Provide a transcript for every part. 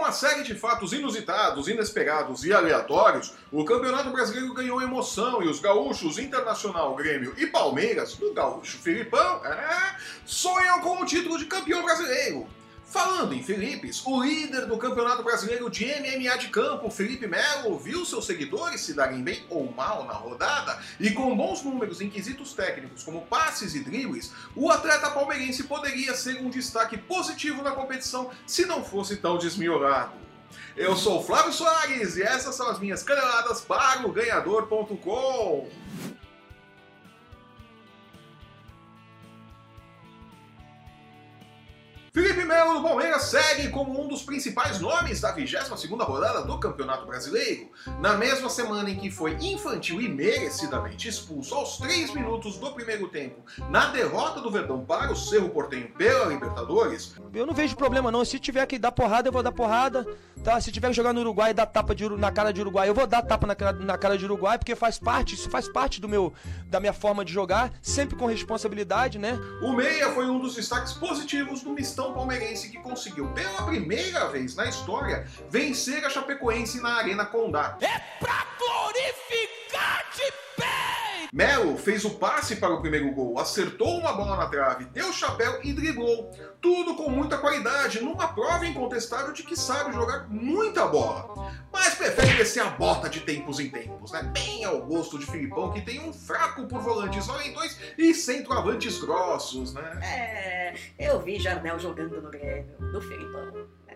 uma série de fatos inusitados, inesperados e aleatórios, o Campeonato Brasileiro ganhou emoção e os gaúchos Internacional, Grêmio e Palmeiras, do gaúcho Filipão, sonham com o título de campeão brasileiro. Falando em Filipes, o líder do Campeonato Brasileiro de MMA de campo, Felipe Melo, viu seus seguidores se darem bem ou mal na rodada e com bons números em quesitos técnicos como passes e dribles, o atleta palmeirense poderia ser um destaque positivo na competição se não fosse tão desmiolado. Eu sou o Flávio Soares e essas são as minhas caneladas para o Ganhador.com. Felipe Melo do Palmeiras segue como um dos principais nomes da 22ª rodada do Campeonato Brasileiro. Na mesma semana em que foi infantil e merecidamente expulso aos 3 minutos do primeiro tempo na derrota do Verdão para o Cerro Porteño pela Libertadores. Eu não vejo problema não, se tiver que dar porrada eu vou dar porrada, tá? Se tiver que jogar no Uruguai e dar tapa na cara de Uruguai, eu vou dar tapa na cara de Uruguai, porque isso faz parte da minha forma de jogar, sempre com responsabilidade, né? O Meia foi um dos destaques positivos do mistão palmeirense que conseguiu, pela primeira vez na história, vencer a Chapecoense na Arena Condá. É pra glorificar de bem! Melo fez o passe para o primeiro gol, acertou uma bola na trave, deu chapéu e driblou. Tudo com muita qualidade, numa prova incontestável de que sabe jogar muita bola. Mas prefere descer a bota de tempos em tempos, né? Bem ao gosto de Filipão, que tem um fraco por volantes valentões e centroavantes grossos, né? Eu vi Jardel jogando no Grêmio, do Filipão.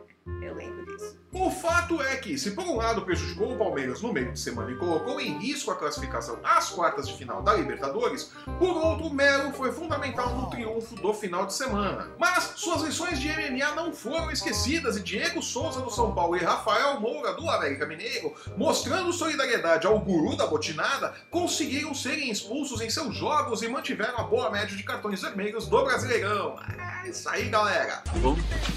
Eu lembro disso. O fato é que, se por um lado prejudicou o Palmeiras no meio de semana e colocou em risco a classificação às quartas de final da Libertadores, por outro, Melo foi fundamental no triunfo do final de semana. Mas suas lições de MMA não foram esquecidas e Diego Souza do São Paulo e Rafael Moura do América Mineiro, mostrando solidariedade ao guru da botinada, conseguiram serem expulsos em seus jogos e mantiveram a boa média de cartões vermelhos do Brasileirão. É isso aí, galera! Bom,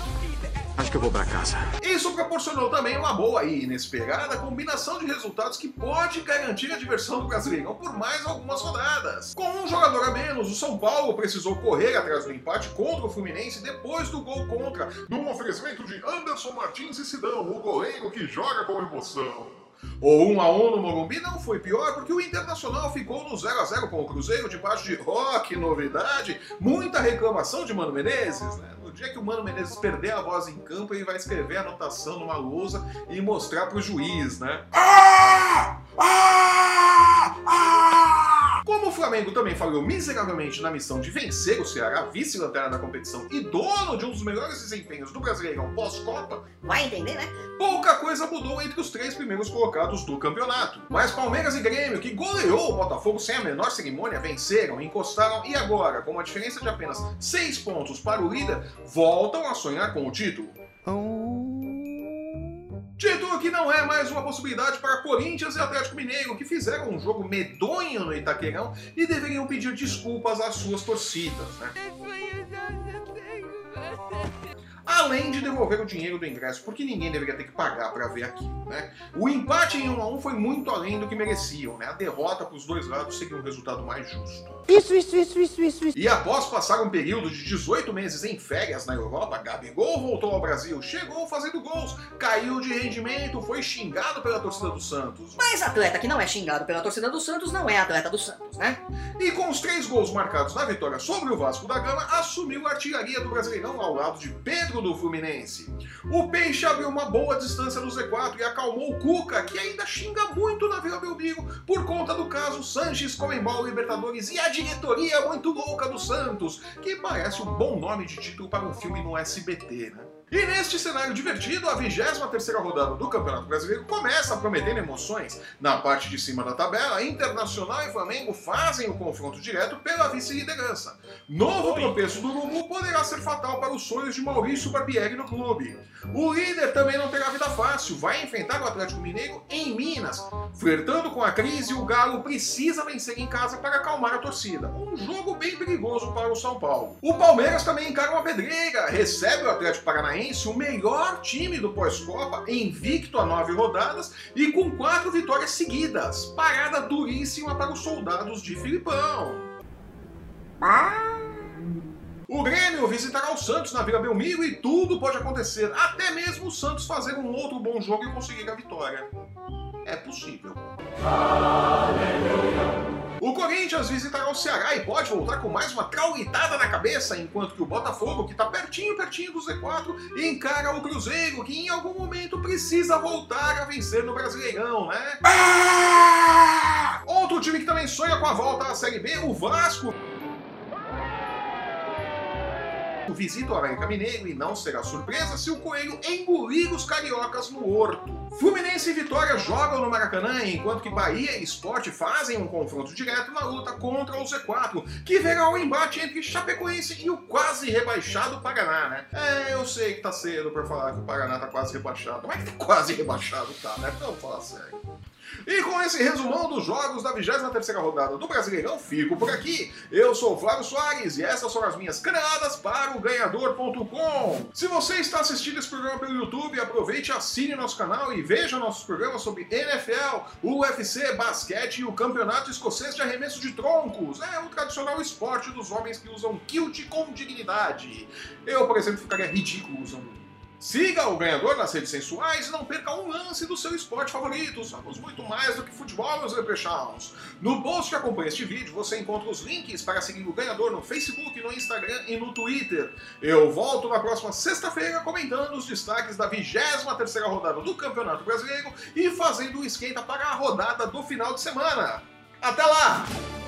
acho que eu vou pra casa. Isso proporcionou também uma boa e inesperada combinação de resultados que pode garantir a diversão do Brasileirão por mais algumas rodadas. Com um jogador a menos, o São Paulo precisou correr atrás do empate contra o Fluminense depois do gol contra, num oferecimento de Anderson Martins e Sidão, o goleiro que joga com emoção. O 1-1 no Morumbi não foi pior porque o Internacional ficou no 0-0 com o Cruzeiro debaixo de que novidade, muita reclamação de Mano Menezes, né? No dia que o Mano Menezes perder a voz em campo, ele vai escrever a anotação numa lousa e mostrar pro juiz, né? Como o Flamengo também falhou miseravelmente na missão de vencer o Ceará, vice-lanterna da competição e dono de um dos melhores desempenhos do Brasileirão pós-Copa, Vai entender, né? pouca coisa mudou entre os 3 primeiros colocados do campeonato. Mas Palmeiras e Grêmio, que goleou o Botafogo sem a menor cerimônia, venceram, encostaram e agora, com uma diferença de apenas 6 pontos para o líder, voltam a sonhar com o título. Título que não é mais uma possibilidade para Corinthians e Atlético Mineiro, que fizeram um jogo medonho no Itaquerão e deveriam pedir desculpas às suas torcidas, né? Além de devolver o dinheiro do ingresso, porque ninguém deveria ter que pagar para ver aquilo, né? O empate em 1-1 foi muito além do que mereciam, né? A derrota para os dois lados seria um resultado mais justo. Isso. E após passar um período de 18 meses em férias na Europa, Gabigol voltou ao Brasil, chegou fazendo gols, caiu de rendimento, foi xingado pela torcida do Santos. Mas atleta que não é xingado pela torcida do Santos não é atleta do Santos, né? E com os 3 gols marcados na vitória sobre o Vasco da Gama, assumiu a artilharia do Brasileirão ao lado de Pedro do Fluminense. O Peixe abriu uma boa distância no Z4 e acalmou o Cuca, que ainda xinga muito na Vila Belmiro por conta do caso Sanches, Comembol, Libertadores e a diretoria muito louca do Santos, que parece um bom nome de título para um filme no SBT, né? E neste cenário divertido, a 23ª rodada do Campeonato Brasileiro começa a prometer emoções. Na parte de cima da tabela, Internacional e Flamengo fazem o confronto direto pela vice-liderança. Novo tropeço do Urubu poderá ser fatal para os sonhos de Maurício Barbieri no clube. O líder também não terá vida fácil, vai enfrentar o Atlético Mineiro em Minas. Flertando com a crise, o Galo precisa vencer em casa para acalmar a torcida. Um jogo bem perigoso para o São Paulo. O Palmeiras também encara uma pedreira, recebe o Atlético Paranaense, o melhor time do pós-Copa, invicto a 9 rodadas e com 4 vitórias seguidas. Parada duríssima para os soldados de Filipão. O Grêmio visitará o Santos na Vila Belmiro e tudo pode acontecer. Até mesmo o Santos fazer um outro bom jogo e conseguir a vitória. É possível. O Corinthians visitará o Ceará e pode voltar com mais uma traulitada na cabeça, enquanto que o Botafogo, que tá pertinho do Z4, encara o Cruzeiro, que em algum momento precisa voltar a vencer no Brasileirão, né? Outro time que também sonha com a volta à Série B, o Vasco. Visita o América Mineiro e não será surpresa se o Coelho engolir os cariocas no Horto. Fluminense e Vitória jogam no Maracanã, enquanto que Bahia e Sport fazem um confronto direto na luta contra o Z4, que verá o embate entre Chapecoense e o quase rebaixado Paraná, né? Eu sei que tá cedo pra falar que o Paraná tá quase rebaixado. Como é que tá quase rebaixado, tá, né? Vamos falar sério. E com esse resumão dos jogos da 23ª rodada do Brasileirão, fico por aqui. Eu sou o Flávio Soares e essas são as minhas caneladas para o Ganhador.com. Se você está assistindo esse programa pelo YouTube, aproveite e assine nosso canal e veja nossos programas sobre NFL, UFC, basquete e o Campeonato Escocês de Arremesso de Troncos. É o tradicional esporte dos homens que usam kilt com dignidade. Eu, por exemplo, ficaria ridículo usando. Siga o Ganhador nas redes sensuais e não perca um lance do seu esporte favorito. Somos muito mais do que futebol, meus leprechauns. No post que acompanha este vídeo, você encontra os links para seguir o Ganhador no Facebook, no Instagram e no Twitter. Eu volto na próxima sexta-feira comentando os destaques da 23ª rodada do Campeonato Brasileiro e fazendo o esquenta para a rodada do final de semana. Até lá!